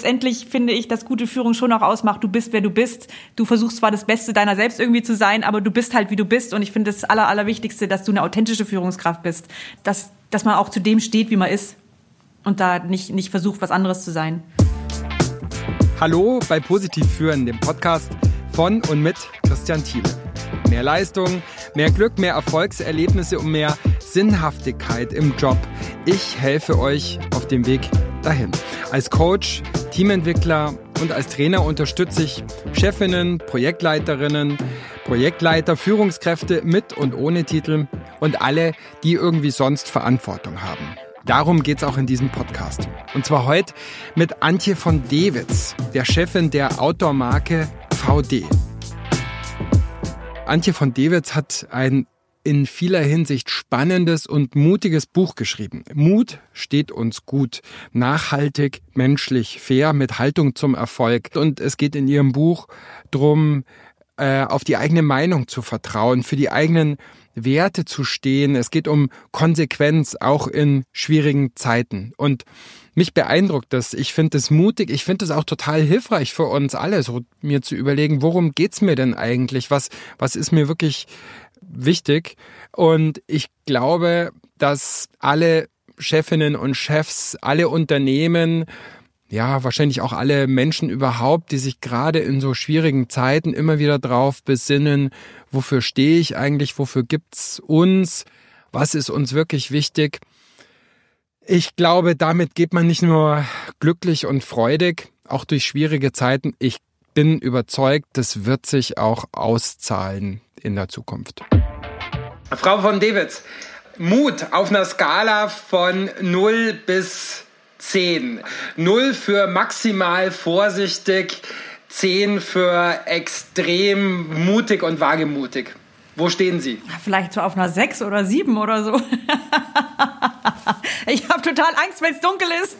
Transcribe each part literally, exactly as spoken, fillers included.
letztendlich finde ich, dass gute Führung schon auch ausmacht, du bist, wer du bist. Du versuchst zwar das Beste deiner selbst irgendwie zu sein, aber du bist halt, wie du bist. Und ich finde das Aller, Allerwichtigste, dass du eine authentische Führungskraft bist. Dass, dass man auch zu dem steht, wie man ist. Und da nicht, nicht versucht, was anderes zu sein. Hallo bei Positiv Führen, dem Podcast von und mit Christian Thiele. Mehr Leistung, mehr Glück, mehr Erfolgserlebnisse und mehr Sinnhaftigkeit im Job. Ich helfe euch auf dem Weg dahin. Als Coach, Teamentwickler und als Trainer unterstütze ich Chefinnen, Projektleiterinnen, Projektleiter, Führungskräfte mit und ohne Titel und alle, die irgendwie sonst Verantwortung haben. Darum geht's auch in diesem Podcast. Und zwar heute mit Antje von Dewitz, der Chefin der Outdoor-Marke V D. Antje von Dewitz hat ein in vieler Hinsicht spannendes und mutiges Buch geschrieben. Mut steht uns gut, nachhaltig, menschlich, fair, mit Haltung zum Erfolg. Und es geht in ihrem Buch darum, auf die eigene Meinung zu vertrauen, für die eigenen Werte zu stehen. Es geht um Konsequenz, auch in schwierigen Zeiten. Und mich beeindruckt das. Ich finde es mutig. Ich finde es auch total hilfreich für uns alle, so mir zu überlegen, worum geht's mir denn eigentlich? Was, was ist mir wirklich wichtig? Und ich glaube, dass alle Chefinnen und Chefs, alle Unternehmen, ja, wahrscheinlich auch alle Menschen überhaupt, die sich gerade in so schwierigen Zeiten immer wieder drauf besinnen, wofür stehe ich eigentlich, wofür gibt's uns, was ist uns wirklich wichtig. Ich glaube, damit geht man nicht nur glücklich und freudig, auch durch schwierige Zeiten. Ich bin überzeugt, das wird sich auch auszahlen in der Zukunft. Frau von Dewitz, Mut auf einer Skala von null bis zehn. null für maximal vorsichtig, zehn für extrem mutig und wagemutig. Wo stehen Sie? Vielleicht so auf einer sechs oder sieben oder so. Ich habe total Angst, wenn es dunkel ist.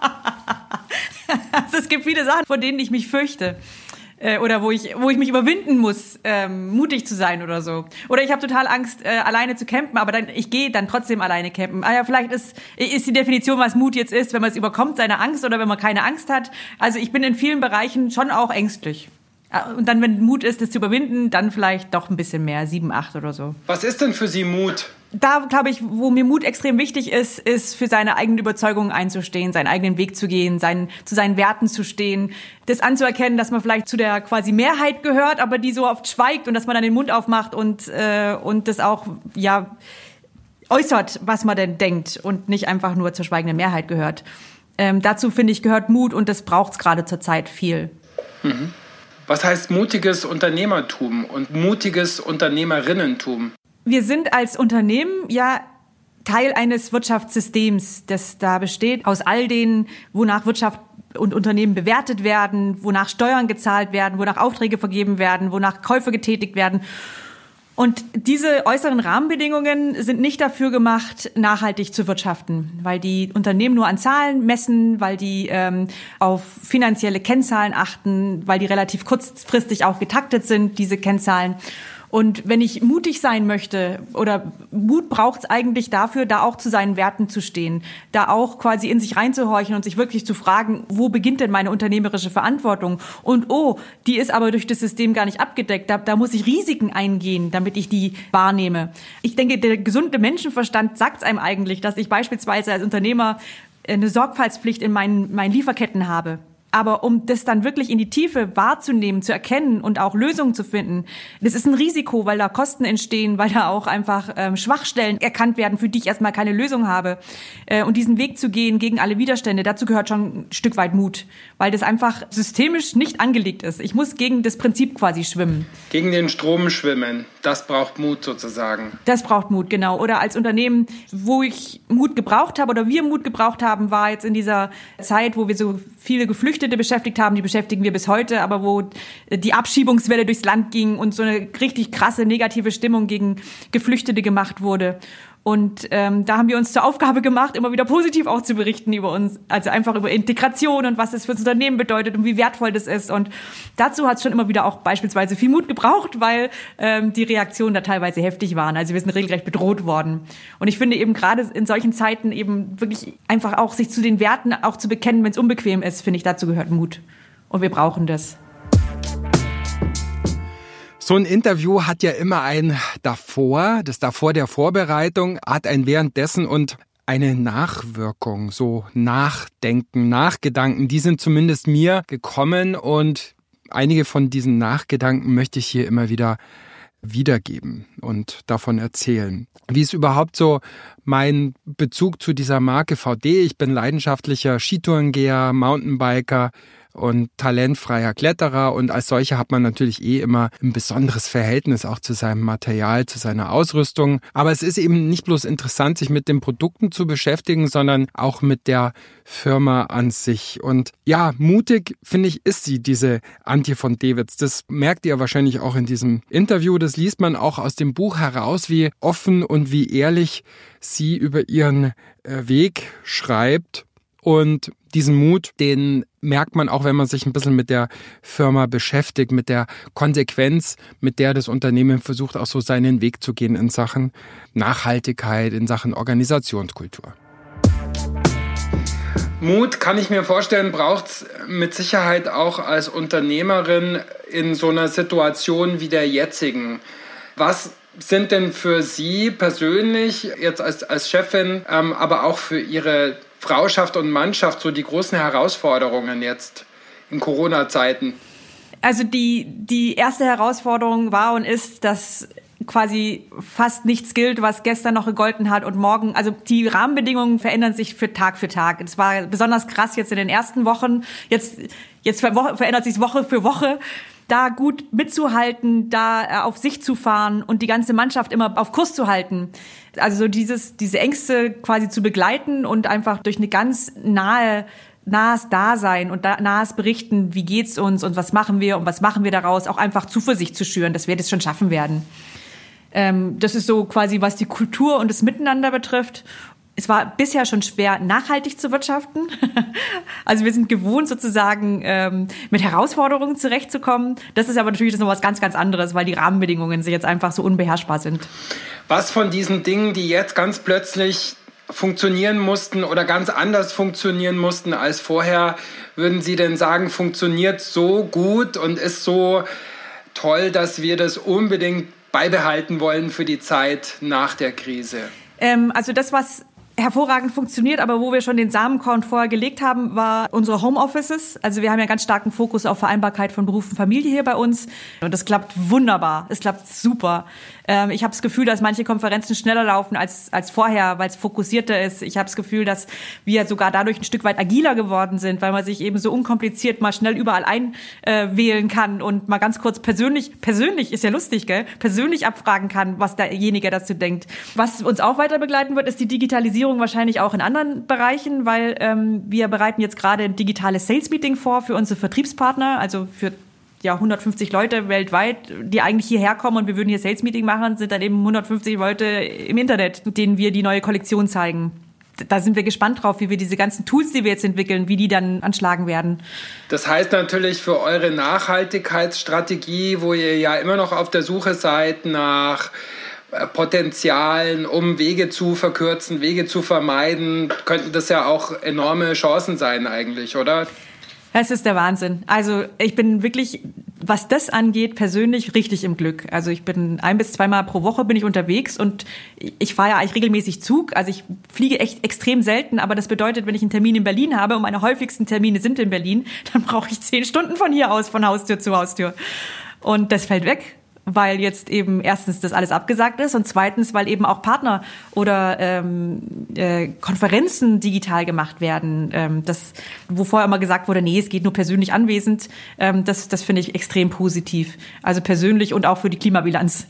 Also es gibt viele Sachen, vor denen ich mich fürchte. Oder wo ich, wo ich mich überwinden muss, ähm, mutig zu sein oder so. Oder ich habe total Angst, äh, alleine zu campen, aber dann ich gehe dann trotzdem alleine campen. Ah ja, vielleicht ist, ist die Definition, was Mut jetzt ist, wenn man es überkommt, seine Angst oder wenn man keine Angst hat. Also ich bin in vielen Bereichen schon auch ängstlich. Und dann, wenn Mut ist, das zu überwinden, dann vielleicht doch ein bisschen mehr, sieben, acht oder so. Was ist denn für Sie Mut? Da, glaube ich, wo mir Mut extrem wichtig ist, ist für seine eigenen Überzeugungen einzustehen, seinen eigenen Weg zu gehen, seinen, zu seinen Werten zu stehen, das anzuerkennen, dass man vielleicht zu der quasi Mehrheit gehört, aber die so oft schweigt und dass man dann den Mund aufmacht und, äh, und das auch, ja, äußert, was man denn denkt und nicht einfach nur zur schweigenden Mehrheit gehört. Ähm, dazu, finde ich, gehört Mut und das braucht es gerade zur Zeit viel. Mhm. Was heißt mutiges Unternehmertum und mutiges Unternehmerinnentum? Wir sind als Unternehmen ja Teil eines Wirtschaftssystems, das da besteht aus all den, wonach Wirtschaft und Unternehmen bewertet werden, wonach Steuern gezahlt werden, wonach Aufträge vergeben werden, wonach Käufe getätigt werden. Und diese äußeren Rahmenbedingungen sind nicht dafür gemacht, nachhaltig zu wirtschaften, weil die Unternehmen nur an Zahlen messen, weil die ähm, auf finanzielle Kennzahlen achten, weil die relativ kurzfristig auch getaktet sind, diese Kennzahlen. Und wenn ich mutig sein möchte, oder Mut braucht es eigentlich dafür, da auch zu seinen Werten zu stehen, da auch quasi in sich reinzuhorchen und sich wirklich zu fragen, wo beginnt denn meine unternehmerische Verantwortung? Und oh, die ist aber durch das System gar nicht abgedeckt. Da, da muss ich Risiken eingehen, damit ich die wahrnehme. Ich denke, der gesunde Menschenverstand sagt es einem eigentlich, dass ich beispielsweise als Unternehmer eine Sorgfaltspflicht in meinen, meinen Lieferketten habe. Aber um das dann wirklich in die Tiefe wahrzunehmen, zu erkennen und auch Lösungen zu finden, das ist ein Risiko, weil da Kosten entstehen, weil da auch einfach ähm, Schwachstellen erkannt werden, für die ich erstmal keine Lösung habe. Äh, und diesen Weg zu gehen gegen alle Widerstände, dazu gehört schon ein Stück weit Mut, weil das einfach systemisch nicht angelegt ist. Ich muss gegen das Prinzip quasi schwimmen. Gegen den Strom schwimmen, das braucht Mut sozusagen. Das braucht Mut, genau. Oder als Unternehmen, wo ich Mut gebraucht habe oder wir Mut gebraucht haben, war jetzt in dieser Zeit, wo wir so viele Geflüchtete beschäftigt haben, die beschäftigen wir bis heute, aber wo die Abschiebungswelle durchs Land ging und so eine richtig krasse negative Stimmung gegen Geflüchtete gemacht wurde. Und ähm, da haben wir uns zur Aufgabe gemacht, immer wieder positiv auch zu berichten über uns, also einfach über Integration und was das für das Unternehmen bedeutet und wie wertvoll das ist. Und dazu hat es schon immer wieder auch beispielsweise viel Mut gebraucht, weil ähm, die Reaktionen da teilweise heftig waren. Also wir sind regelrecht bedroht worden. Und ich finde eben gerade in solchen Zeiten eben wirklich einfach auch sich zu den Werten auch zu bekennen, wenn es unbequem ist, finde ich, dazu gehört Mut. Und wir brauchen das. So ein Interview hat ja immer ein davor, das davor der Vorbereitung, hat ein währenddessen und eine Nachwirkung, so Nachdenken, Nachgedanken, die sind zumindest mir gekommen und einige von diesen Nachgedanken möchte ich hier immer wieder wiedergeben und davon erzählen. Wie ist überhaupt so mein Bezug zu dieser Marke V D? Ich bin leidenschaftlicher Skitourengeher, Mountainbiker und talentfreier Kletterer und als solcher hat man natürlich eh immer ein besonderes Verhältnis auch zu seinem Material, zu seiner Ausrüstung. Aber es ist eben nicht bloß interessant, sich mit den Produkten zu beschäftigen, sondern auch mit der Firma an sich. Und ja, mutig, finde ich, ist sie, diese Antje von Dewitz. Das merkt ihr wahrscheinlich auch in diesem Interview. Das liest man auch aus dem Buch heraus, wie offen und wie ehrlich sie über ihren Weg schreibt. Und diesen Mut, den merkt man auch, wenn man sich ein bisschen mit der Firma beschäftigt, mit der Konsequenz, mit der das Unternehmen versucht, auch so seinen Weg zu gehen in Sachen Nachhaltigkeit, in Sachen Organisationskultur. Mut, kann ich mir vorstellen, braucht es mit Sicherheit auch als Unternehmerin in so einer Situation wie der jetzigen. Was sind denn für Sie persönlich, jetzt als, als Chefin, ähm, aber auch für Ihre Frauschaft und Mannschaft so die großen Herausforderungen jetzt in Corona-Zeiten? Also die, die erste Herausforderung war und ist, dass quasi fast nichts gilt, was gestern noch gegolten hat und morgen, also die Rahmenbedingungen verändern sich für Tag für Tag. Es war besonders krass jetzt in den ersten Wochen, jetzt, jetzt verändert sich Woche für Woche. Da gut mitzuhalten, da auf sich zu fahren und die ganze Mannschaft immer auf Kurs zu halten. Also so dieses, diese Ängste quasi zu begleiten und einfach durch eine ganz nahe, nahes Dasein und da, nahes Berichten, wie geht's uns und was machen wir und was machen wir daraus, auch einfach Zuversicht zu schüren, dass wir das schon schaffen werden. Ähm, das ist so quasi, was die Kultur und das Miteinander betrifft. Es war bisher schon schwer, nachhaltig zu wirtschaften. Also wir sind gewohnt, sozusagen ähm, mit Herausforderungen zurechtzukommen. Das ist aber natürlich noch was ganz, ganz anderes, weil die Rahmenbedingungen jetzt einfach so unbeherrschbar sind. Was von diesen Dingen, die jetzt ganz plötzlich funktionieren mussten oder ganz anders funktionieren mussten als vorher, würden Sie denn sagen, funktioniert so gut und ist so toll, dass wir das unbedingt beibehalten wollen für die Zeit nach der Krise? Ähm, also das, was hervorragend funktioniert, aber wo wir schon den Samenkorn vorher gelegt haben, war unsere Homeoffices. Also wir haben ja ganz starken Fokus auf Vereinbarkeit von Beruf und Familie hier bei uns. Und das klappt wunderbar. Es klappt super. Ähm, ich habe das Gefühl, dass manche Konferenzen schneller laufen als, als vorher, weil es fokussierter ist. Ich habe das Gefühl, dass wir sogar dadurch ein Stück weit agiler geworden sind, weil man sich eben so unkompliziert mal schnell überall einwählen äh, kann und mal ganz kurz persönlich, persönlich ist ja lustig, gell, persönlich abfragen kann, was derjenige dazu denkt. Was uns auch weiter begleiten wird, ist die Digitalisierung wahrscheinlich auch in anderen Bereichen, weil ähm, wir bereiten jetzt gerade ein digitales Sales-Meeting vor für unsere Vertriebspartner, also für ja hundertfünfzig Leute weltweit, die eigentlich hierher kommen und wir würden hier Sales-Meeting machen, sind dann eben hundertfünfzig Leute im Internet, denen wir die neue Kollektion zeigen. Da sind wir gespannt drauf, wie wir diese ganzen Tools, die wir jetzt entwickeln, wie die dann anschlagen werden. Das heißt natürlich für eure Nachhaltigkeitsstrategie, wo ihr ja immer noch auf der Suche seid nach Potenzialen, um Wege zu verkürzen, Wege zu vermeiden, könnten das ja auch enorme Chancen sein eigentlich, oder? Das ist der Wahnsinn. Also ich bin wirklich, was das angeht, persönlich richtig im Glück. Also ich bin ein bis zweimal pro Woche bin ich unterwegs und ich fahre ja eigentlich regelmäßig Zug. Also ich fliege echt extrem selten, aber das bedeutet, wenn ich einen Termin in Berlin habe und meine häufigsten Termine sind in Berlin, dann brauche ich zehn Stunden von hier aus, von Haustür zu Haustür. Und das fällt weg, weil jetzt eben erstens das alles abgesagt ist und zweitens, weil eben auch Partner oder ähm, äh, Konferenzen digital gemacht werden. Ähm, das, wo vorher immer gesagt wurde, nee, es geht nur persönlich anwesend, ähm, das, das finde ich extrem positiv. Also persönlich und auch für die Klimabilanz.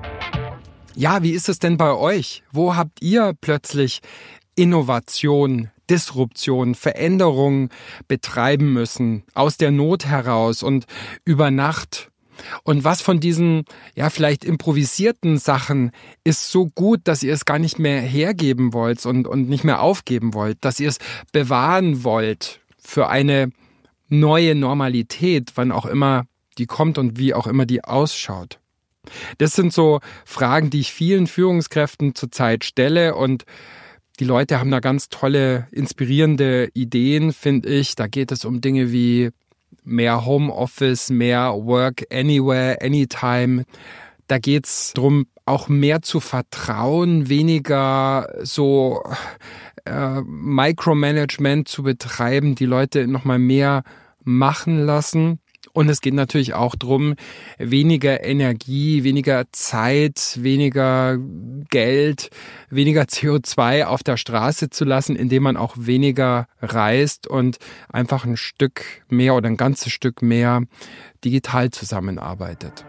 Ja, wie ist es denn bei euch? Wo habt ihr plötzlich Innovation, Disruption, Veränderung betreiben müssen, aus der Not heraus und über Nacht Und was von diesen, ja, vielleicht improvisierten Sachen ist so gut, dass ihr es gar nicht mehr hergeben wollt und, und nicht mehr aufgeben wollt, dass ihr es bewahren wollt für eine neue Normalität, wann auch immer die kommt und wie auch immer die ausschaut? Das sind so Fragen, die ich vielen Führungskräften zurzeit stelle, und die Leute haben da ganz tolle, inspirierende Ideen, finde ich. Da geht es um Dinge wie mehr Homeoffice, mehr Work Anywhere, Anytime. Da geht es darum, auch mehr zu vertrauen, weniger so äh, Micromanagement zu betreiben, die Leute nochmal mehr machen lassen. Und es geht natürlich auch darum, weniger Energie, weniger Zeit, weniger Geld, weniger C O zwei auf der Straße zu lassen, indem man auch weniger reist und einfach ein Stück mehr oder ein ganzes Stück mehr digital zusammenarbeitet.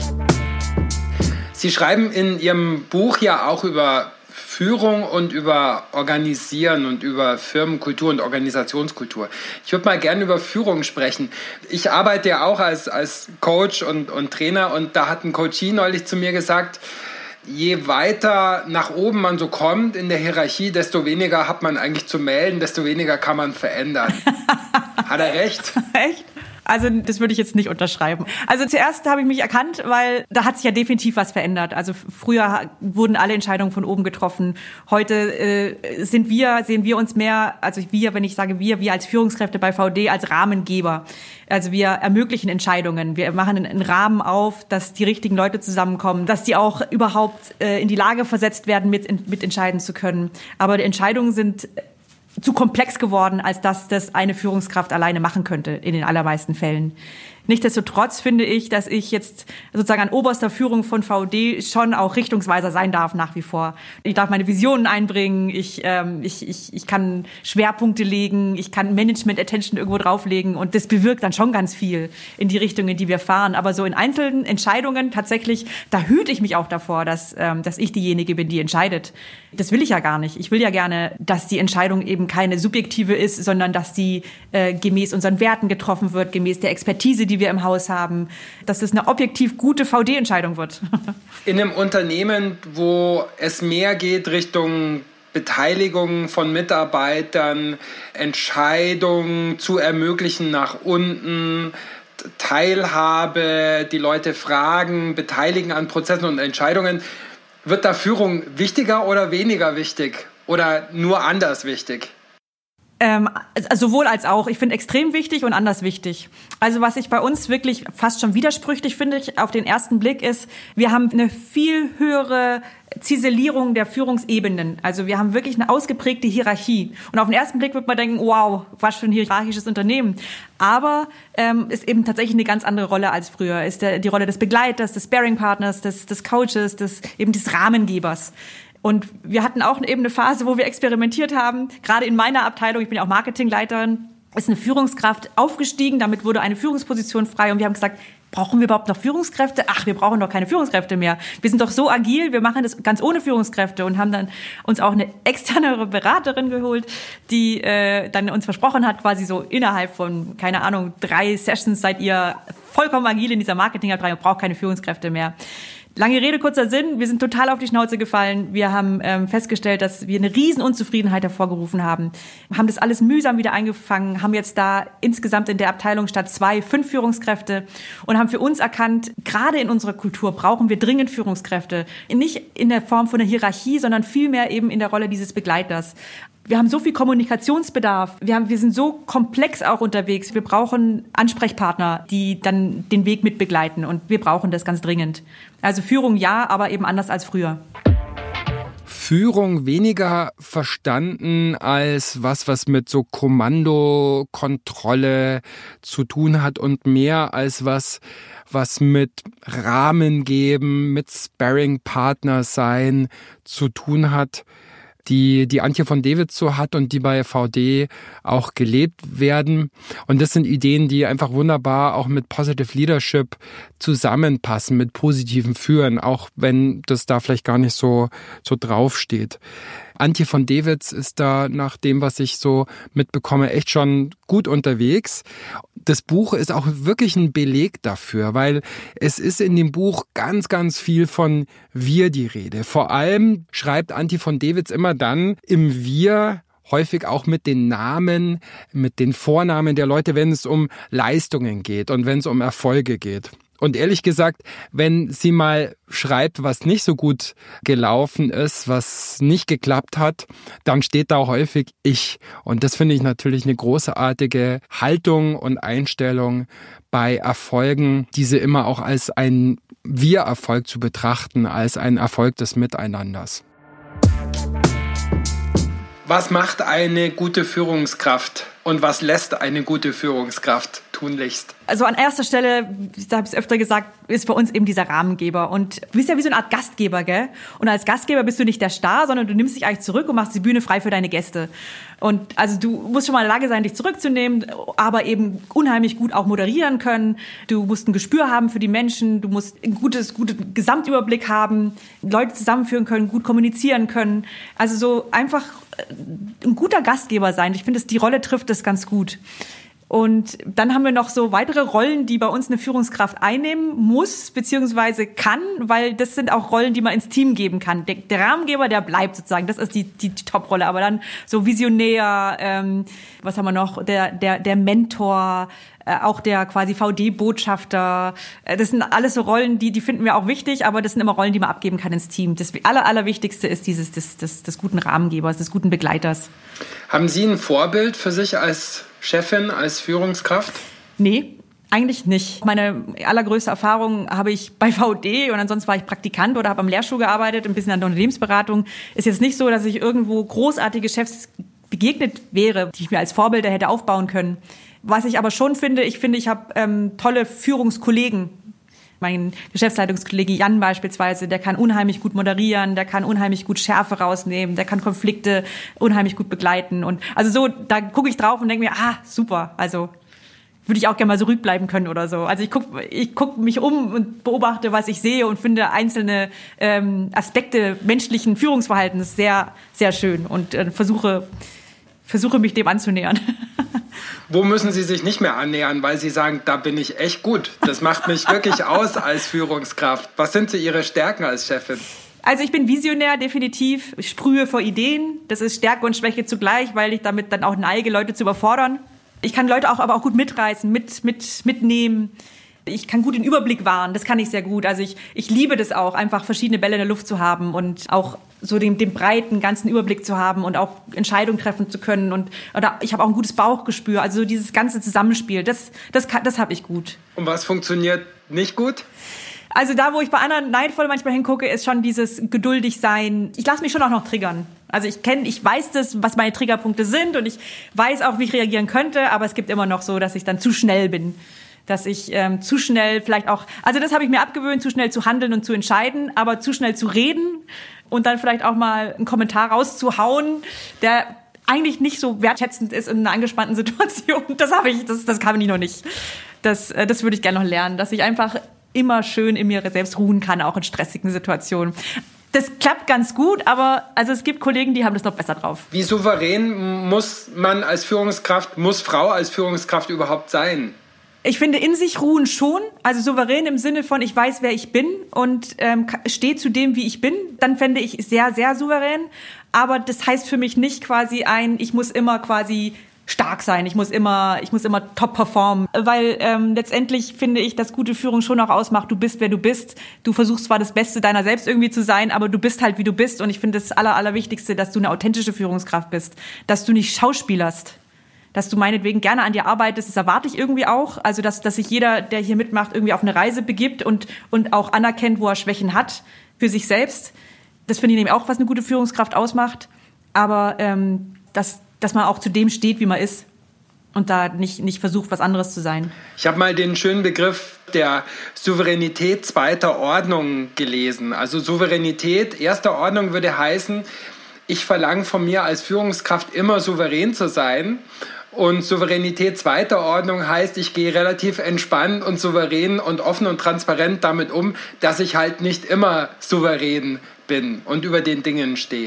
Sie schreiben in Ihrem Buch ja auch über Führung und über Organisieren und über Firmenkultur und Organisationskultur. Ich würde mal gerne über Führung sprechen. Ich arbeite ja auch als, als Coach und, und Trainer, und da hat ein Coachie neulich zu mir gesagt, je weiter nach oben man so kommt in der Hierarchie, desto weniger hat man eigentlich zu melden, desto weniger kann man verändern. Hat er recht? Echt? Also das würde ich jetzt nicht unterschreiben. Also zuerst habe ich mich erkannt, weil da hat sich ja definitiv was verändert. Also früher wurden alle Entscheidungen von oben getroffen. Heute äh, sind wir, sehen wir uns mehr, also wir, wenn ich sage wir, wir als Führungskräfte bei V D, als Rahmengeber. Also wir ermöglichen Entscheidungen. Wir machen einen Rahmen auf, dass die richtigen Leute zusammenkommen, dass die auch überhaupt äh, in die Lage versetzt werden, mit, mit entscheiden zu können. Aber die Entscheidungen sind zu komplex geworden, als dass das eine Führungskraft alleine machen könnte, in den allermeisten Fällen. Nichtsdestotrotz finde ich, dass ich jetzt sozusagen an oberster Führung von V D schon auch Richtungsweiser sein darf nach wie vor. Ich darf meine Visionen einbringen, ich, ähm, ich, ich, ich kann Schwerpunkte legen, ich kann Management-Attention irgendwo drauflegen, und das bewirkt dann schon ganz viel in die Richtung, in die wir fahren. Aber so in einzelnen Entscheidungen tatsächlich, da hüte ich mich auch davor, dass, ähm, dass ich diejenige bin, die entscheidet. Das will ich ja gar nicht. Ich will ja gerne, dass die Entscheidung eben keine subjektive ist, sondern dass die äh, gemäß unseren Werten getroffen wird, gemäß der Expertise, die wir im Haus haben, dass es eine objektiv gute V D-Entscheidung wird. In einem Unternehmen, wo es mehr geht Richtung Beteiligung von Mitarbeitern, Entscheidungen zu ermöglichen nach unten, Teilhabe, die Leute fragen, beteiligen an Prozessen und Entscheidungen, wird da Führung wichtiger oder weniger wichtig oder nur anders wichtig? Ähm, also sowohl als auch. Ich finde extrem wichtig und anders wichtig. Also was ich bei uns wirklich fast schon widersprüchlich finde, ich auf den ersten Blick ist, wir haben eine viel höhere Ziselierung der Führungsebenen. Also wir haben wirklich eine ausgeprägte Hierarchie. Und auf den ersten Blick wird man denken, wow, was für ein hierarchisches Unternehmen. Aber ähm, ist eben tatsächlich eine ganz andere Rolle als früher. Ist der, die Rolle des Begleiters, des Sparringpartners, des, des Coaches, des, eben des Rahmengebers. Und wir hatten auch eben eine Phase, wo wir experimentiert haben. Gerade in meiner Abteilung, ich bin ja auch Marketingleiterin, ist eine Führungskraft aufgestiegen. Damit wurde eine Führungsposition frei. Und wir haben gesagt, brauchen wir überhaupt noch Führungskräfte? Ach, wir brauchen doch keine Führungskräfte mehr. Wir sind doch so agil, wir machen das ganz ohne Führungskräfte, und haben dann uns auch eine externe Beraterin geholt, die äh, dann uns versprochen hat, quasi so innerhalb von, keine Ahnung, drei Sessions seid ihr vollkommen agil in dieser Marketingabteilung, braucht keine Führungskräfte mehr. Lange Rede, kurzer Sinn, wir sind total auf die Schnauze gefallen. Wir haben ähm, festgestellt, dass wir eine riesen Unzufriedenheit hervorgerufen haben. Wir haben das alles mühsam wieder eingefangen, haben jetzt da insgesamt in der Abteilung statt zwei, fünf Führungskräfte und haben für uns erkannt, gerade in unserer Kultur brauchen wir dringend Führungskräfte. Nicht in der Form von einer Hierarchie, sondern vielmehr eben in der Rolle dieses Begleiters. Wir haben so viel Kommunikationsbedarf. Wir haben, wir sind so komplex auch unterwegs. Wir brauchen Ansprechpartner, die dann den Weg mit begleiten. Und wir brauchen das ganz dringend. Also Führung ja, aber eben anders als früher. Führung weniger verstanden als was, was mit so Kommando, Kontrolle zu tun hat, und mehr als was, was mit Rahmen geben, mit Sparring-Partner sein zu tun hat, die die Antje von Dewitz so hat und die bei V D auch gelebt werden. Und das sind Ideen, die einfach wunderbar auch mit Positive Leadership zusammenpassen, mit positivem Führen, auch wenn das da vielleicht gar nicht so, so draufsteht. Antje von Dewitz ist da nach dem, was ich so mitbekomme, echt schon gut unterwegs. Das Buch ist auch wirklich ein Beleg dafür, weil es ist in dem Buch ganz, ganz viel von Wir die Rede. Vor allem schreibt Antje von Dewitz immer dann im Wir, häufig auch mit den Namen, mit den Vornamen der Leute, wenn es um Leistungen geht und wenn es um Erfolge geht. Und ehrlich gesagt, wenn sie mal schreibt, was nicht so gut gelaufen ist, was nicht geklappt hat, dann steht da häufig ich. Und das finde ich natürlich eine großartige Haltung und Einstellung bei Erfolgen, diese immer auch als ein Wir-Erfolg zu betrachten, als ein Erfolg des Miteinanders. Was macht eine gute Führungskraft und was lässt eine gute Führungskraft tunlichst? Also an erster Stelle, ich habe es öfter gesagt, ist bei uns eben dieser Rahmengeber. Und du bist ja wie so eine Art Gastgeber, gell? Und als Gastgeber bist du nicht der Star, sondern du nimmst dich eigentlich zurück und machst die Bühne frei für deine Gäste. Und also du musst schon mal in der Lage sein, dich zurückzunehmen, aber eben unheimlich gut auch moderieren können. Du musst ein Gespür haben für die Menschen, du musst ein gutes, guten Gesamtüberblick haben, Leute zusammenführen können, gut kommunizieren können. Also so einfach ein guter Gastgeber sein. Ich finde, die Rolle trifft das ganz gut. Und dann haben wir noch so weitere Rollen, die bei uns eine Führungskraft einnehmen muss, beziehungsweise kann, weil das sind auch Rollen, die man ins Team geben kann. Der, der Rahmengeber, der bleibt sozusagen, das ist die, die, die Top-Rolle. Aber dann so Visionär, ähm, was haben wir noch, der, der, der Mentor, äh, auch der quasi V D-Botschafter. Äh, das sind alles so Rollen, die, die finden wir auch wichtig, aber das sind immer Rollen, die man abgeben kann ins Team. Das aller, allerwichtigste ist dieses des, des, des guten Rahmengebers, des guten Begleiters. Haben Sie ein Vorbild für sich als Chefin, als Führungskraft? Nee, eigentlich nicht. Meine allergrößte Erfahrung habe ich bei V D und ansonsten war ich Praktikant oder habe am Lehrstuhl gearbeitet, ein bisschen an der Unternehmensberatung. Ist jetzt nicht so, dass ich irgendwo großartige Chefs begegnet wäre, die ich mir als Vorbilder hätte aufbauen können. Was ich aber schon finde, ich finde, ich habe ähm, tolle Führungskollegen. Mein Geschäftsleitungskollege Jan beispielsweise, der kann unheimlich gut moderieren, der kann unheimlich gut Schärfe rausnehmen, der kann Konflikte unheimlich gut begleiten. Und also so, da gucke ich drauf und denke mir, ah, super, also würde ich auch gerne mal so ruhig bleiben können oder so. Also ich gucke ich guck mich um und beobachte, was ich sehe und finde einzelne ähm, Aspekte menschlichen Führungsverhaltens sehr, sehr schön und äh, versuche, versuche mich dem anzunähern. Wo müssen Sie sich nicht mehr annähern, weil Sie sagen, da bin ich echt gut. Das macht mich wirklich aus als Führungskraft. Was sind so Ihre Stärken als Chefin? Also ich bin visionär, definitiv. Ich sprühe vor Ideen. Das ist Stärke und Schwäche zugleich, weil ich damit dann auch neige, Leute zu überfordern. Ich kann Leute auch aber auch gut mitreißen, mit, mit, mitnehmen. Ich kann gut den Überblick wahren, das kann ich sehr gut. Also ich, ich liebe das auch, einfach verschiedene Bälle in der Luft zu haben und auch so den, den breiten, ganzen Überblick zu haben und auch Entscheidungen treffen zu können. Und oder ich habe auch ein gutes Bauchgespür, also so dieses ganze Zusammenspiel, das, das, das habe ich gut. Und was funktioniert nicht gut? Also da, wo ich bei anderen neidvoll manchmal hingucke, ist schon dieses geduldig sein. Ich lasse mich schon auch noch triggern. Also ich kenne, ich weiß das, was meine Triggerpunkte sind und ich weiß auch, wie ich reagieren könnte, aber es gibt immer noch so, dass ich dann zu schnell bin. Dass ich ähm, zu schnell vielleicht auch, also das habe ich mir abgewöhnt, zu schnell zu handeln und zu entscheiden, aber zu schnell zu reden und dann vielleicht auch mal einen Kommentar rauszuhauen, der eigentlich nicht so wertschätzend ist in einer angespannten Situation. Das habe ich, das, das kann ich noch nicht. Das, äh, das würde ich gerne noch lernen, dass ich einfach immer schön in mir selbst ruhen kann, auch in stressigen Situationen. Das klappt ganz gut, aber also es gibt Kollegen, die haben das noch besser drauf. Wie souverän muss man als Führungskraft, muss Frau als Führungskraft überhaupt sein? Ich finde, in sich ruhen schon, also souverän im Sinne von, ich weiß, wer ich bin und ähm, stehe zu dem, wie ich bin, dann fände ich sehr, sehr souverän. Aber das heißt für mich nicht quasi ein, ich muss immer quasi stark sein, ich muss immer, ich muss immer top performen, weil ähm, letztendlich finde ich, dass gute Führung schon auch ausmacht, du bist, wer du bist. Du versuchst zwar das Beste deiner selbst irgendwie zu sein, aber du bist halt, wie du bist. Und ich finde das Aller, Allerwichtigste, dass du eine authentische Führungskraft bist, dass du nicht schauspielerst. Dass du meinetwegen gerne an dir arbeitest, das erwarte ich irgendwie auch. Also, dass, dass sich jeder, der hier mitmacht, irgendwie auf eine Reise begibt und, und auch anerkennt, wo er Schwächen hat für sich selbst. Das finde ich nämlich auch, was eine gute Führungskraft ausmacht. Aber ähm, dass, dass man auch zu dem steht, wie man ist und da nicht, nicht versucht, was anderes zu sein. Ich habe mal den schönen Begriff der Souveränität zweiter Ordnung gelesen. Also Souveränität erster Ordnung würde heißen, ich verlange von mir als Führungskraft immer souverän zu sein. Und Souveränität zweiter Ordnung heißt, ich gehe relativ entspannt und souverän und offen und transparent damit um, dass ich halt nicht immer souverän bin und über den Dingen stehe.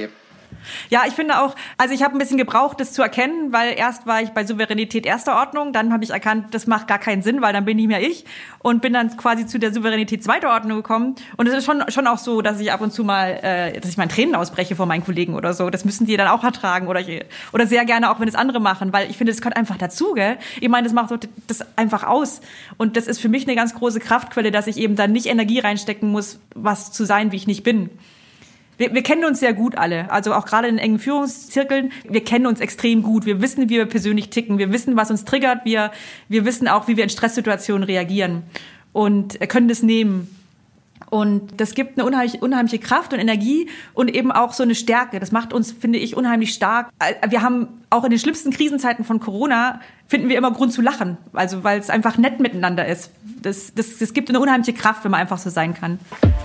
Ja, ich finde auch, also ich habe ein bisschen gebraucht, das zu erkennen, weil erst war ich bei Souveränität erster Ordnung, dann habe ich erkannt, das macht gar keinen Sinn, weil dann bin ich mehr ich und bin dann quasi zu der Souveränität zweiter Ordnung gekommen. Und es ist schon schon auch so, dass ich ab und zu mal, äh, dass ich mal in Tränen ausbreche vor meinen Kollegen oder so. Das müssen die dann auch ertragen oder oder sehr gerne auch, wenn es andere machen, weil ich finde, das gehört einfach dazu, gell? Ich meine, das macht das einfach aus. Und das ist für mich eine ganz große Kraftquelle, dass ich eben dann nicht Energie reinstecken muss, was zu sein, wie ich nicht bin. Wir, wir kennen uns sehr gut alle, also auch gerade in engen Führungszirkeln. Wir kennen uns extrem gut. Wir wissen, wie wir persönlich ticken. Wir wissen, was uns triggert. Wir, wir wissen auch, wie wir in Stresssituationen reagieren und können das nehmen. Und das gibt eine unheimlich, unheimliche Kraft und Energie und eben auch so eine Stärke. Das macht uns, finde ich, unheimlich stark. Wir haben auch in den schlimmsten Krisenzeiten von Corona, finden wir immer Grund zu lachen. Also weil es einfach nett miteinander ist. Das, das, das gibt eine unheimliche Kraft, wenn man einfach so sein kann.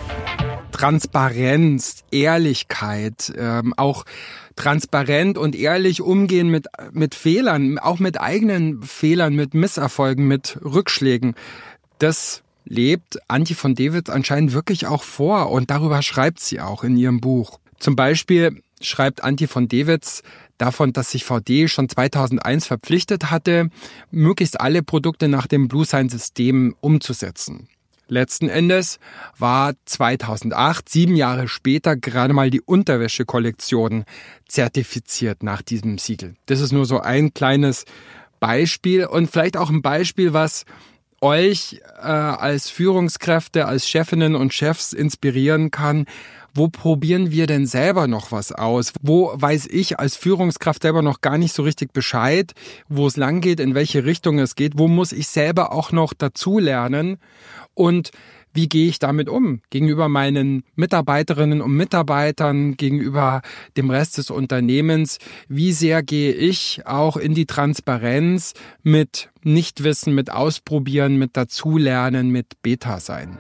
Transparenz, Ehrlichkeit, ähm, auch transparent und ehrlich umgehen mit, mit Fehlern, auch mit eigenen Fehlern, mit Misserfolgen, mit Rückschlägen. Das lebt Antje von Dewitz anscheinend wirklich auch vor und darüber schreibt sie auch in ihrem Buch. Zum Beispiel schreibt Antje von Dewitz davon, dass sich V D schon zweitausendeins verpflichtet hatte, möglichst alle Produkte nach dem Bluesign-System umzusetzen. Letzten Endes war zweitausendacht, sieben Jahre später, gerade mal die Unterwäschekollektion zertifiziert nach diesem Siegel. Das ist nur so ein kleines Beispiel und vielleicht auch ein Beispiel, was euch äh, als Führungskräfte, als Chefinnen und Chefs inspirieren kann. Wo probieren wir denn selber noch was aus? Wo weiß ich als Führungskraft selber noch gar nicht so richtig Bescheid, wo es lang geht, in welche Richtung es geht? Wo muss ich selber auch noch dazulernen? Und wie gehe ich damit um? Gegenüber meinen Mitarbeiterinnen und Mitarbeitern, gegenüber dem Rest des Unternehmens? Wie sehr gehe ich auch in die Transparenz mit Nichtwissen, mit Ausprobieren, mit Dazulernen, mit Beta sein?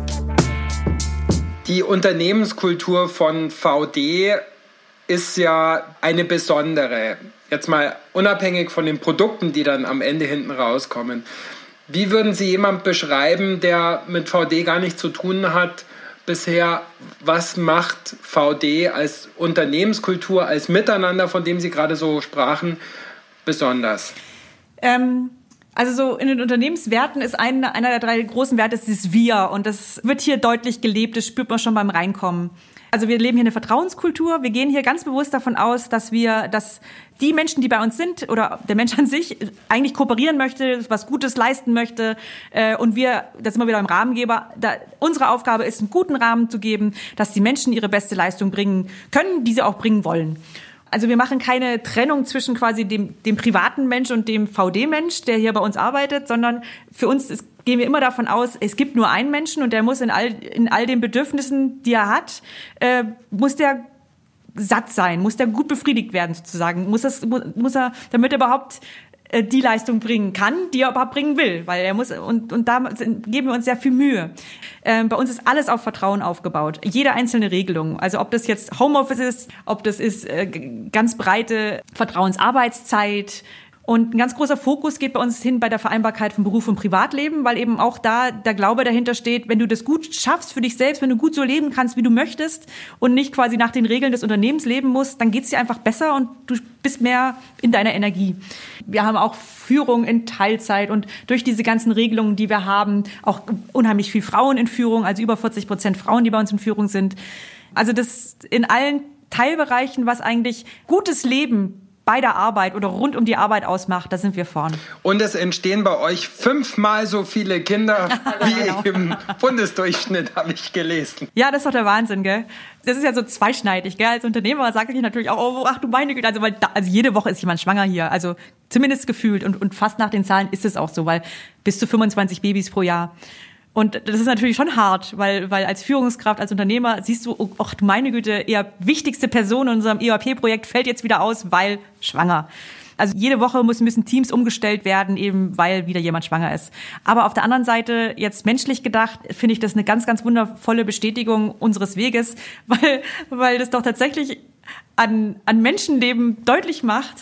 Die Unternehmenskultur von V D ist ja eine besondere. Jetzt mal unabhängig von den Produkten, die dann am Ende hinten rauskommen. Wie würden Sie jemand beschreiben, der mit V D gar nichts zu tun hat bisher? Was macht V D als Unternehmenskultur, als Miteinander, von dem Sie gerade so sprachen, besonders? Ähm Also so in den Unternehmenswerten ist ein, einer der drei großen Werte ist das Wir und das wird hier deutlich gelebt, das spürt man schon beim Reinkommen. Also wir leben hier eine Vertrauenskultur, wir gehen hier ganz bewusst davon aus, dass wir, dass die Menschen, die bei uns sind oder der Mensch an sich eigentlich kooperieren möchte, was Gutes leisten möchte äh, und wir, das sind wir wieder im Rahmengeber, da, unsere Aufgabe ist, einen guten Rahmen zu geben, dass die Menschen ihre beste Leistung bringen können, die sie auch bringen wollen. Also wir machen keine Trennung zwischen quasi dem, dem privaten Mensch und dem V D-Mensch, der hier bei uns arbeitet, sondern für uns ist, gehen wir immer davon aus, es gibt nur einen Menschen und der muss in all, in all den Bedürfnissen, die er hat, äh, muss der satt sein, muss der gut befriedigt werden sozusagen, muss, das, muss er, damit er überhaupt die Leistung bringen kann, die er überhaupt bringen will, weil er muss, und, und da geben wir uns sehr viel Mühe. Ähm, bei uns ist alles auf Vertrauen aufgebaut. Jede einzelne Regelung. Also ob das jetzt Homeoffice ist, ob das ist äh, ganz breite Vertrauensarbeitszeit. Und ein ganz großer Fokus geht bei uns hin bei der Vereinbarkeit von Beruf und Privatleben, weil eben auch da der Glaube dahinter steht, wenn du das gut schaffst für dich selbst, wenn du gut so leben kannst, wie du möchtest und nicht quasi nach den Regeln des Unternehmens leben musst, dann geht's dir einfach besser und du bist mehr in deiner Energie. Wir haben auch Führung in Teilzeit und durch diese ganzen Regelungen, die wir haben, auch unheimlich viel Frauen in Führung, also über vierzig Prozent Frauen, die bei uns in Führung sind. Also das in allen Teilbereichen, was eigentlich gutes Leben bei der Arbeit oder rund um die Arbeit ausmacht, da sind wir vorne. Und es entstehen bei euch fünfmal so viele Kinder wie genau. Im Bundesdurchschnitt, habe ich gelesen. Ja, das ist doch der Wahnsinn, gell? Das ist ja so zweischneidig, gell? Als Unternehmer sage ich natürlich auch, oh, ach du meine Güte, also, weil da, also jede Woche ist jemand schwanger hier, also zumindest gefühlt und, und fast nach den Zahlen ist es auch so, weil bis zu fünfundzwanzig Babys pro Jahr. Und das ist natürlich schon hart, weil, weil als Führungskraft, als Unternehmer siehst du, ach du meine Güte, eher wichtigste Person in unserem E R P-Projekt fällt jetzt wieder aus, weil schwanger. Also jede Woche müssen, müssen Teams umgestellt werden, eben weil wieder jemand schwanger ist. Aber auf der anderen Seite, jetzt menschlich gedacht, finde ich das eine ganz, ganz wundervolle Bestätigung unseres Weges, weil, weil das doch tatsächlich an, an Menschenleben deutlich macht,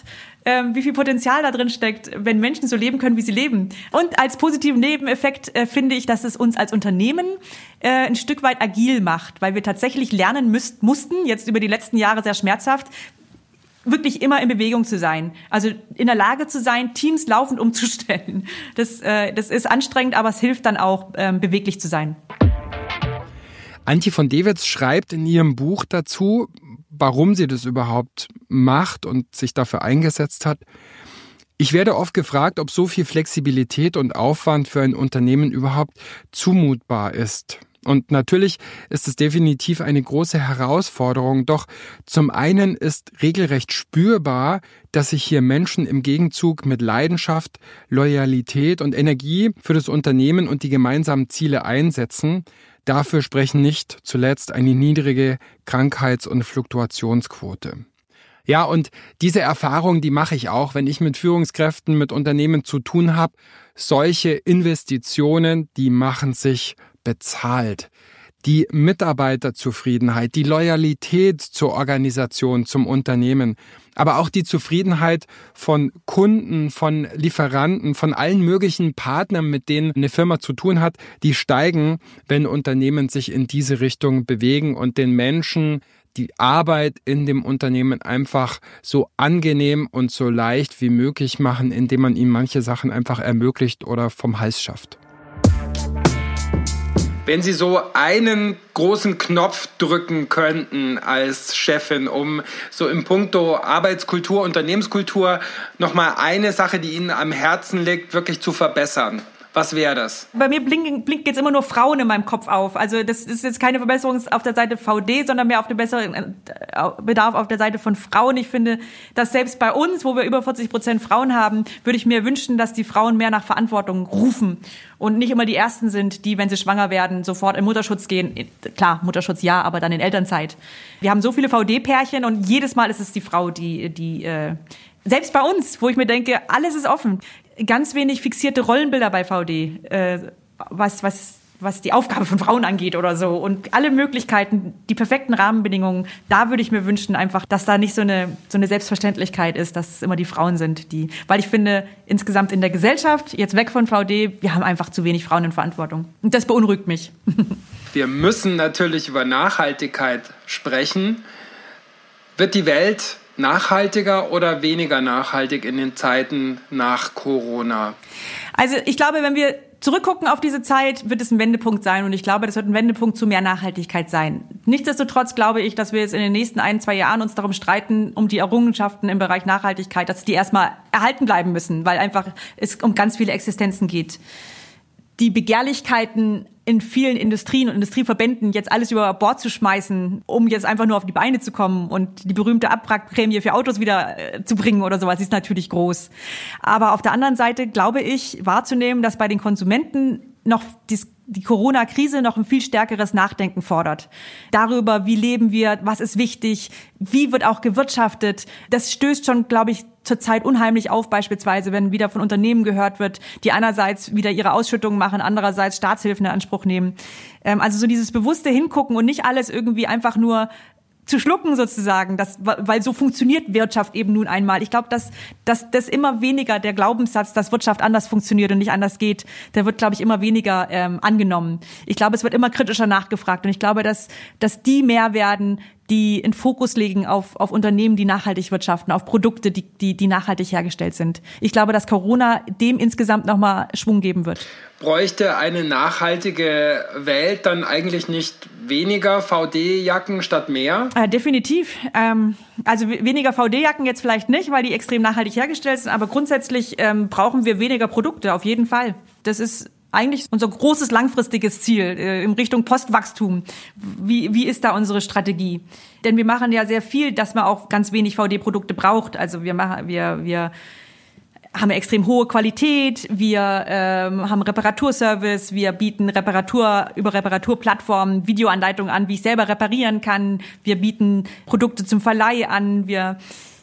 ähm, wie viel Potenzial da drin steckt, wenn Menschen so leben können, wie sie leben. Und als positiven Nebeneffekt äh, finde ich, dass es uns als Unternehmen äh, ein Stück weit agil macht, weil wir tatsächlich lernen müsst, mussten, jetzt über die letzten Jahre sehr schmerzhaft, wirklich immer in Bewegung zu sein. Also in der Lage zu sein, Teams laufend umzustellen. Das, äh, das ist anstrengend, aber es hilft dann auch, ähm, beweglich zu sein. Antje von Dewitz schreibt in ihrem Buch dazu, warum sie das überhaupt macht und sich dafür eingesetzt hat. Ich werde oft gefragt, ob so viel Flexibilität und Aufwand für ein Unternehmen überhaupt zumutbar ist. Und natürlich ist es definitiv eine große Herausforderung. Doch zum einen ist regelrecht spürbar, dass sich hier Menschen im Gegenzug mit Leidenschaft, Loyalität und Energie für das Unternehmen und die gemeinsamen Ziele einsetzen. Dafür sprechen nicht zuletzt eine niedrige Krankheits- und Fluktuationsquote. Ja, und diese Erfahrung, die mache ich auch, wenn ich mit Führungskräften, mit Unternehmen zu tun habe. Solche Investitionen, die machen sich bezahlt. Die Mitarbeiterzufriedenheit, die Loyalität zur Organisation, zum Unternehmen, aber auch die Zufriedenheit von Kunden, von Lieferanten, von allen möglichen Partnern, mit denen eine Firma zu tun hat, die steigen, wenn Unternehmen sich in diese Richtung bewegen und den Menschen die Arbeit in dem Unternehmen einfach so angenehm und so leicht wie möglich machen, indem man ihnen manche Sachen einfach ermöglicht oder vom Hals schafft. Wenn Sie so einen großen Knopf drücken könnten als Chefin, um so im Puncto Arbeitskultur, Unternehmenskultur nochmal eine Sache, die Ihnen am Herzen liegt, wirklich zu verbessern, was wäre das? Bei mir blinken, blinkt jetzt immer nur Frauen in meinem Kopf auf. Also das ist jetzt keine Verbesserung auf der Seite V D, sondern mehr auf der besseren Bedarf auf der Seite von Frauen. Ich finde, dass selbst bei uns, wo wir über vierzig Prozent Frauen haben, würde ich mir wünschen, dass die Frauen mehr nach Verantwortung rufen und nicht immer die Ersten sind, die, wenn sie schwanger werden, sofort in Mutterschutz gehen. Klar, Mutterschutz ja, aber dann in Elternzeit. Wir haben so viele V D-Pärchen und jedes Mal ist es die Frau, die, die äh, selbst bei uns, wo ich mir denke, alles ist offen. Ganz wenig fixierte Rollenbilder bei V D, äh, was, was, was die Aufgabe von Frauen angeht oder so. Und alle Möglichkeiten, die perfekten Rahmenbedingungen, da würde ich mir wünschen einfach, dass da nicht so eine, so eine Selbstverständlichkeit ist, dass es immer die Frauen sind, die, weil ich finde, insgesamt in der Gesellschaft, jetzt weg von V D, wir haben einfach zu wenig Frauen in Verantwortung. Und das beunruhigt mich. Wir müssen natürlich über Nachhaltigkeit sprechen. Wird die Welt nachhaltiger oder weniger nachhaltig in den Zeiten nach Corona? Also ich glaube, wenn wir zurückgucken auf diese Zeit, wird es ein Wendepunkt sein und ich glaube, das wird ein Wendepunkt zu mehr Nachhaltigkeit sein. Nichtsdestotrotz glaube ich, dass wir jetzt in den nächsten ein, zwei Jahren uns darum streiten, um die Errungenschaften im Bereich Nachhaltigkeit, dass die erstmal erhalten bleiben müssen, weil einfach es um ganz viele Existenzen geht. Die Begehrlichkeiten in vielen Industrien und Industrieverbänden, jetzt alles über Bord zu schmeißen, um jetzt einfach nur auf die Beine zu kommen und die berühmte Abwrackprämie für Autos wieder äh, zu bringen oder sowas, ist natürlich groß. Aber auf der anderen Seite glaube ich, wahrzunehmen, dass bei den Konsumenten noch dies, die Corona-Krise noch ein viel stärkeres Nachdenken fordert. Darüber, wie leben wir, was ist wichtig, wie wird auch gewirtschaftet. Das stößt schon, glaube ich, zurzeit unheimlich auf, beispielsweise, wenn wieder von Unternehmen gehört wird, die einerseits wieder ihre Ausschüttungen machen, andererseits Staatshilfen in Anspruch nehmen. Ähm, also so dieses bewusste Hingucken und nicht alles irgendwie einfach nur zu schlucken sozusagen, das, weil so funktioniert Wirtschaft eben nun einmal. Ich glaube, dass, dass das immer weniger der Glaubenssatz, dass Wirtschaft anders funktioniert und nicht anders geht, der wird, glaube ich, immer weniger ähm, angenommen. Ich glaube, es wird immer kritischer nachgefragt und ich glaube, dass, dass die mehr werden, die in Fokus legen auf, auf Unternehmen, die nachhaltig wirtschaften, auf Produkte, die, die, die nachhaltig hergestellt sind. Ich glaube, dass Corona dem insgesamt nochmal Schwung geben wird. Bräuchte eine nachhaltige Welt dann eigentlich nicht weniger V D-Jacken statt mehr? Äh, definitiv. Ähm, also w- weniger V D-Jacken jetzt vielleicht nicht, weil die extrem nachhaltig hergestellt sind, aber grundsätzlich ähm, brauchen wir weniger Produkte, auf jeden Fall. Das ist eigentlich unser großes langfristiges Ziel äh, in Richtung Postwachstum. Wie, wie ist da unsere Strategie? Denn wir machen ja sehr viel, dass man auch ganz wenig V D-Produkte braucht. Also wir machen, wir, wir haben extrem hohe Qualität, wir ähm, haben Reparaturservice, wir bieten Reparatur über Reparaturplattformen, Videoanleitungen an, wie ich selber reparieren kann. Wir bieten Produkte zum Verleih an, wir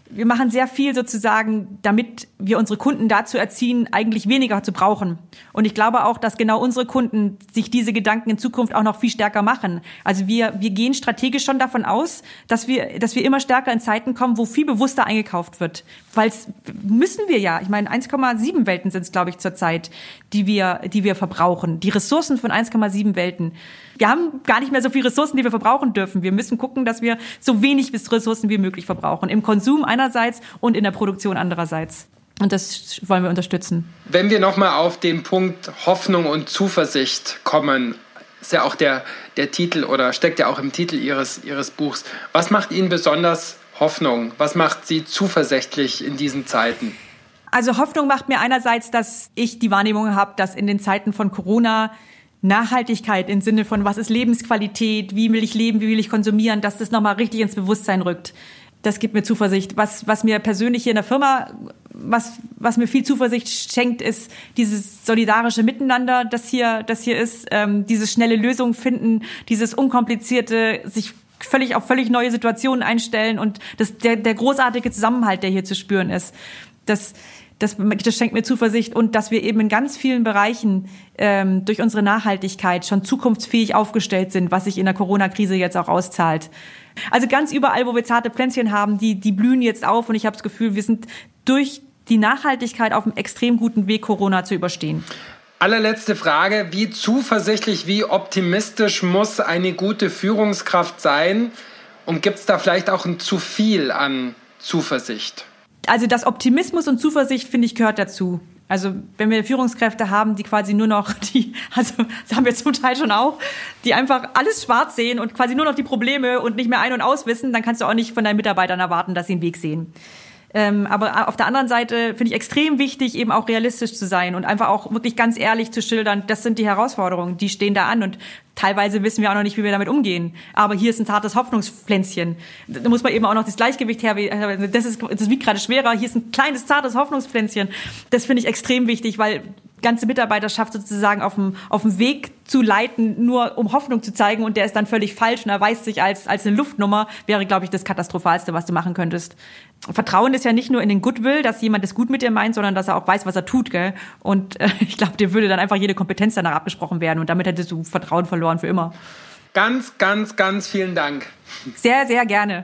wir machen sehr viel sozusagen, damit wir unsere Kunden dazu erziehen, eigentlich weniger zu brauchen. Und ich glaube auch, dass genau unsere Kunden sich diese Gedanken in Zukunft auch noch viel stärker machen. Also wir, wir gehen strategisch schon davon aus, dass wir, dass wir immer stärker in Zeiten kommen, wo viel bewusster eingekauft wird. Weil es müssen wir ja. Ich meine, eins Komma sieben Welten sind es, glaube ich, zurzeit, die wir, die wir verbrauchen. Die Ressourcen von eins Komma sieben Welten. Wir haben gar nicht mehr so viele Ressourcen, die wir verbrauchen dürfen. Wir müssen gucken, dass wir so wenig Ressourcen wie möglich verbrauchen. Im Konsum einerseits und in der Produktion andererseits. Und das wollen wir unterstützen. Wenn wir nochmal auf den Punkt Hoffnung und Zuversicht kommen, ist ja auch der, der Titel oder steckt ja auch im Titel Ihres, Ihres Buchs. Was macht Ihnen besonders Hoffnung? Was macht Sie zuversichtlich in diesen Zeiten? Also Hoffnung macht mir einerseits, dass ich die Wahrnehmung habe, dass in den Zeiten von Corona Nachhaltigkeit im Sinne von, was ist Lebensqualität, wie will ich leben, wie will ich konsumieren, dass das nochmal richtig ins Bewusstsein rückt. Das gibt mir Zuversicht. Was, was mir persönlich hier in der Firma, was, was mir viel Zuversicht schenkt, ist dieses solidarische Miteinander, das hier, das hier ist, ähm, dieses schnelle Lösungen finden, dieses unkomplizierte, sich völlig auf völlig neue Situationen einstellen und das, der, der großartige Zusammenhalt, der hier zu spüren ist. Das, Das, das schenkt mir Zuversicht und dass wir eben in ganz vielen Bereichen ähm, durch unsere Nachhaltigkeit schon zukunftsfähig aufgestellt sind, was sich in der Corona-Krise jetzt auch auszahlt. Also ganz überall, wo wir zarte Pflänzchen haben, die, die blühen jetzt auf und ich habe das Gefühl, wir sind durch die Nachhaltigkeit auf einem extrem guten Weg, Corona zu überstehen. Allerletzte Frage, wie zuversichtlich, wie optimistisch muss eine gute Führungskraft sein und gibt es da vielleicht auch ein zu viel an Zuversicht? Also das Optimismus und Zuversicht, finde ich, gehört dazu. Also wenn wir Führungskräfte haben, die quasi nur noch, die, also das haben wir zum Teil schon auch, die einfach alles schwarz sehen und quasi nur noch die Probleme und nicht mehr ein- und auswissen, dann kannst du auch nicht von deinen Mitarbeitern erwarten, dass sie einen Weg sehen. Ähm, aber auf der anderen Seite finde ich extrem wichtig, eben auch realistisch zu sein und einfach auch wirklich ganz ehrlich zu schildern, das sind die Herausforderungen, die stehen da an und teilweise wissen wir auch noch nicht, wie wir damit umgehen. Aber hier ist ein zartes Hoffnungspflänzchen. Da muss man eben auch noch das Gleichgewicht her, das ist, das wiegt gerade schwerer, hier ist ein kleines, zartes Hoffnungspflänzchen. Das finde ich extrem wichtig, weil ganze Mitarbeiterschaft sozusagen auf dem, auf dem Weg zu leiten, nur um Hoffnung zu zeigen und der ist dann völlig falsch und erweist sich als, als eine Luftnummer, wäre, glaube ich, das Katastrophalste, was du machen könntest. Vertrauen ist ja nicht nur in den Goodwill, dass jemand das gut mit dir meint, sondern dass er auch weiß, was er tut, gell? Und äh, ich glaube, dir würde dann einfach jede Kompetenz danach abgesprochen werden und damit hättest du Vertrauen verloren für immer. Ganz, ganz, ganz vielen Dank. Sehr, sehr gerne.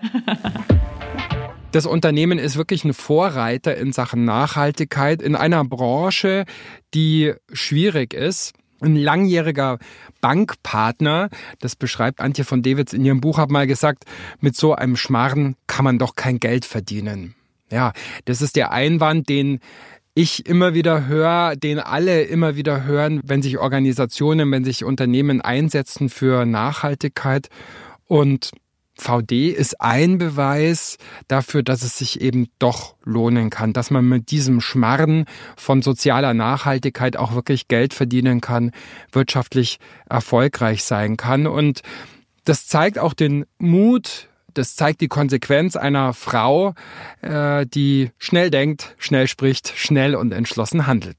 Das Unternehmen ist wirklich ein Vorreiter in Sachen Nachhaltigkeit in einer Branche, die schwierig ist. Ein langjähriger Bankpartner, das beschreibt Antje von Dewitz in ihrem Buch, hat mal gesagt, mit so einem Schmarrn kann man doch kein Geld verdienen. Ja, das ist der Einwand, den ich immer wieder höre, den alle immer wieder hören, wenn sich Organisationen, wenn sich Unternehmen einsetzen für Nachhaltigkeit. Und V D ist ein Beweis dafür, dass es sich eben doch lohnen kann, dass man mit diesem Schmarren von sozialer Nachhaltigkeit auch wirklich Geld verdienen kann, wirtschaftlich erfolgreich sein kann. Und das zeigt auch den Mut, das zeigt die Konsequenz einer Frau, äh, die schnell denkt, schnell spricht, schnell und entschlossen handelt.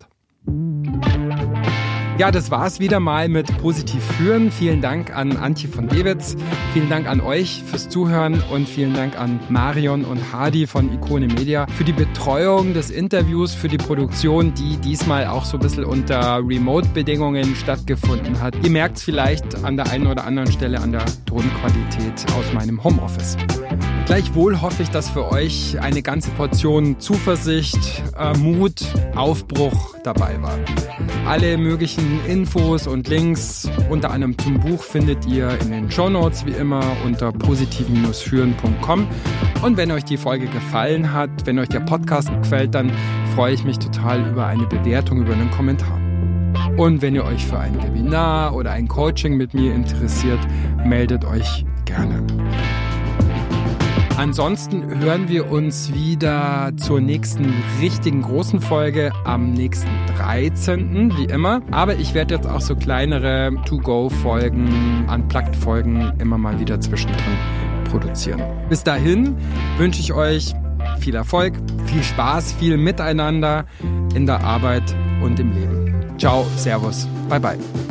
Ja, das war's wieder mal mit Positiv führen. Vielen Dank an Antje von Dewitz. Vielen Dank an euch fürs Zuhören und vielen Dank an Marion und Hadi von Ikone Media für die Betreuung des Interviews, für die Produktion, die diesmal auch so ein bisschen unter Remote-Bedingungen stattgefunden hat. Ihr merkt's vielleicht an der einen oder anderen Stelle an der Tonqualität aus meinem Homeoffice. Gleichwohl hoffe ich, dass für euch eine ganze Portion Zuversicht, äh, Mut, Aufbruch dabei war. Alle möglichen Infos und Links, unter anderem zum Buch, findet ihr in den Shownotes wie immer unter positiv führen punkt com. Und wenn euch die Folge gefallen hat, wenn euch der Podcast gefällt, dann freue ich mich total über eine Bewertung, über einen Kommentar. Und wenn ihr euch für ein Webinar oder ein Coaching mit mir interessiert, meldet euch gerne. Ansonsten hören wir uns wieder zur nächsten richtigen großen Folge am nächsten dreizehnten wie immer. Aber ich werde jetzt auch so kleinere To-Go-Folgen, Unplugged-Folgen immer mal wieder zwischendrin produzieren. Bis dahin wünsche ich euch viel Erfolg, viel Spaß, viel Miteinander in der Arbeit und im Leben. Ciao, Servus, bye bye.